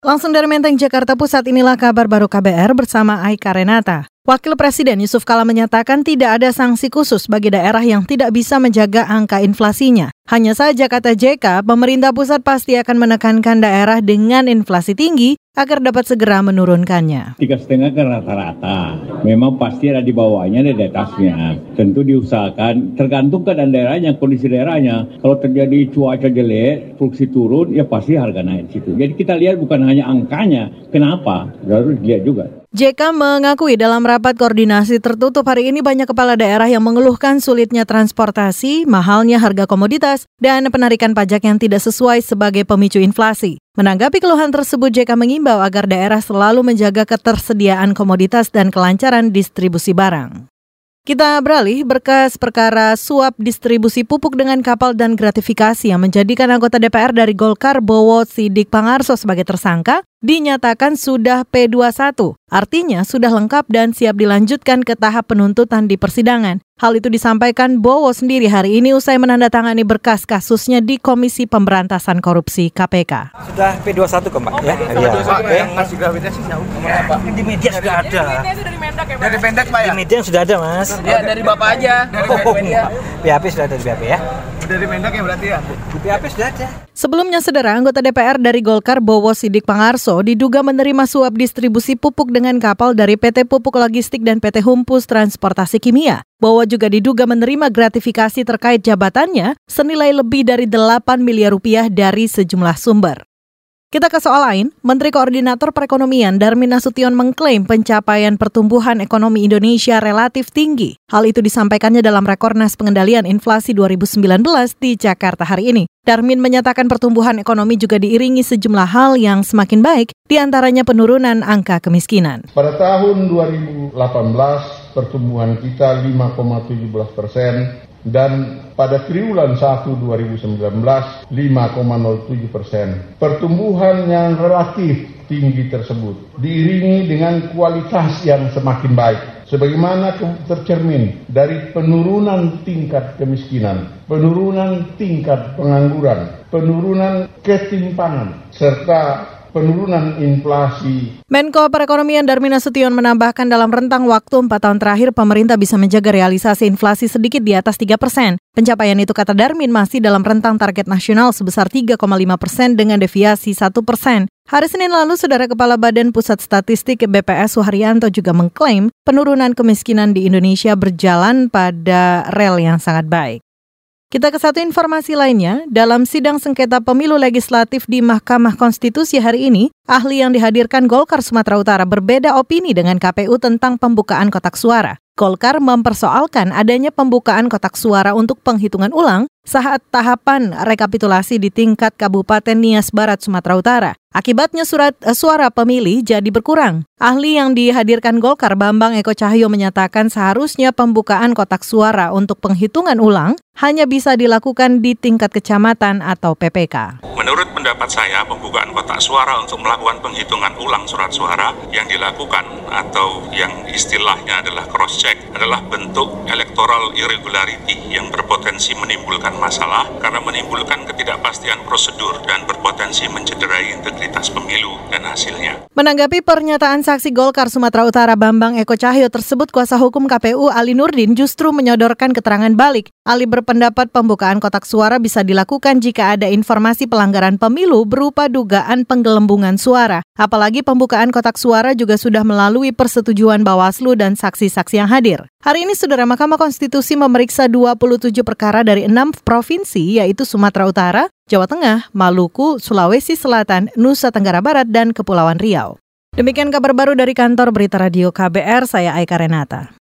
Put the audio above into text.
Langsung dari Menteng, Jakarta Pusat, inilah kabar baru KBR bersama Aika Renata. Wakil Presiden Yusuf Kala menyatakan tidak ada sanksi khusus bagi daerah yang tidak bisa menjaga angka inflasinya. Hanya saja, kata JK, pemerintah pusat pasti akan menekankan daerah dengan inflasi tinggi agar dapat segera menurunkannya. 3,5 kan rata-rata. Memang pasti ada di bawahnya dan di atasnya. Tentu diusahakan, tergantung keadaan daerahnya, kondisi daerahnya. Kalau terjadi cuaca jelek, produksi turun, ya pasti harga naik situ. Jadi kita lihat bukan hanya angkanya, kenapa? Harus dilihat juga. JK mengakui dalam rapat koordinasi tertutup hari ini banyak kepala daerah yang mengeluhkan sulitnya transportasi, mahalnya harga komoditas, dan penarikan pajak yang tidak sesuai sebagai pemicu inflasi. Menanggapi keluhan tersebut, JK mengimbau agar daerah selalu menjaga ketersediaan komoditas dan kelancaran distribusi barang. Kita beralih, berkas perkara suap distribusi pupuk dengan kapal dan gratifikasi yang menjadikan anggota DPR dari Golkar Bowo Sidik Pangarso sebagai tersangka dinyatakan sudah P21. Artinya sudah lengkap dan siap dilanjutkan ke tahap penuntutan di persidangan. Hal itu disampaikan Bowo sendiri hari ini usai menandatangani berkas kasusnya di Komisi Pemberantasan Korupsi KPK. Sudah P21 kok, Mbak? Ya. Yang masih gravitasi jauh apa? Di media sudah ada. Dari Mendak ya, Pak? Dari Mendak, Pak ya? Di media sudah ada, Mas. Ya, dari Bapak aja. PHP sudah ada di PHP ya? Dari Mendak ya berarti ya? Di PHP sudah ada. Sebelumnya, saudara, anggota DPR dari Golkar Bowo Sidik Pangarso diduga menerima suap distribusi pupuk dengan kapal dari PT Pupuk Logistik dan PT Humpus Transportasi Kimia. Bowo juga diduga menerima gratifikasi terkait jabatannya senilai lebih dari 8 miliar rupiah dari sejumlah sumber. Kita ke soal lain, Menteri Koordinator Perekonomian Darmin Nasution mengklaim pencapaian pertumbuhan ekonomi Indonesia relatif tinggi. Hal itu disampaikannya dalam Rakornas Pengendalian Inflasi 2019 di Jakarta hari ini. Darmin menyatakan pertumbuhan ekonomi juga diiringi sejumlah hal yang semakin baik, diantaranya penurunan angka kemiskinan. Pada tahun 2018, pertumbuhan kita 5,17%. Dan pada triwulan 1 2019 5,07%. Pertumbuhan yang relatif tinggi tersebut diiringi dengan kualitas yang semakin baik, sebagaimana tercermin dari penurunan tingkat kemiskinan, penurunan tingkat pengangguran, penurunan ketimpangan, serta penurunan inflasi. Menko Perekonomian Darmin Nasution menambahkan dalam rentang waktu 4 tahun terakhir pemerintah bisa menjaga realisasi inflasi sedikit di atas 3%. Pencapaian itu, kata Darmin, masih dalam rentang target nasional sebesar 3,5% dengan deviasi 1%. Hari Senin lalu, Saudara Kepala Badan Pusat Statistik BPS Suharyanto juga mengklaim penurunan kemiskinan di Indonesia berjalan pada rel yang sangat baik. Kita ke satu informasi lainnya, dalam sidang sengketa pemilu legislatif di Mahkamah Konstitusi hari ini, ahli yang dihadirkan Golkar Sumatera Utara berbeda opini dengan KPU tentang pembukaan kotak suara. Golkar mempersoalkan adanya pembukaan kotak suara untuk penghitungan ulang saat tahapan rekapitulasi di tingkat Kabupaten Nias Barat, Sumatera Utara. Akibatnya suara pemilih jadi berkurang. Ahli yang dihadirkan Golkar Bambang Eko Cahyo menyatakan seharusnya pembukaan kotak suara untuk penghitungan ulang hanya bisa dilakukan di tingkat kecamatan atau PPK. Menurut pendapat saya, pembukaan kotak suara untuk melakukan penghitungan ulang surat suara yang dilakukan atau yang istilahnya adalah cross-check adalah bentuk electoral irregularity yang berpotensi menimbulkan masalah karena menimbulkan ketidakpastian prosedur dan berpotensi mencederai integritas pemilu dan hasilnya. Menanggapi pernyataan saksi Golkar Sumatera Utara Bambang Eko Cahyo tersebut, kuasa hukum KPU Ali Nurdin justru menyodorkan keterangan balik. Ali berpendapat pembukaan kotak suara bisa dilakukan jika ada informasi pelanggaran pemilu berupa dugaan penggelembungan suara. Apalagi pembukaan kotak suara juga sudah melalui persetujuan Bawaslu dan saksi-saksi yang hadir. Hari ini, Saudara, Mahkamah Konstitusi memeriksa 27 perkara dari 6 provinsi, yaitu Sumatera Utara, Jawa Tengah, Maluku, Sulawesi Selatan, Nusa Tenggara Barat, dan Kepulauan Riau. Demikian kabar baru dari kantor Berita Radio KBR, saya Aika Renata.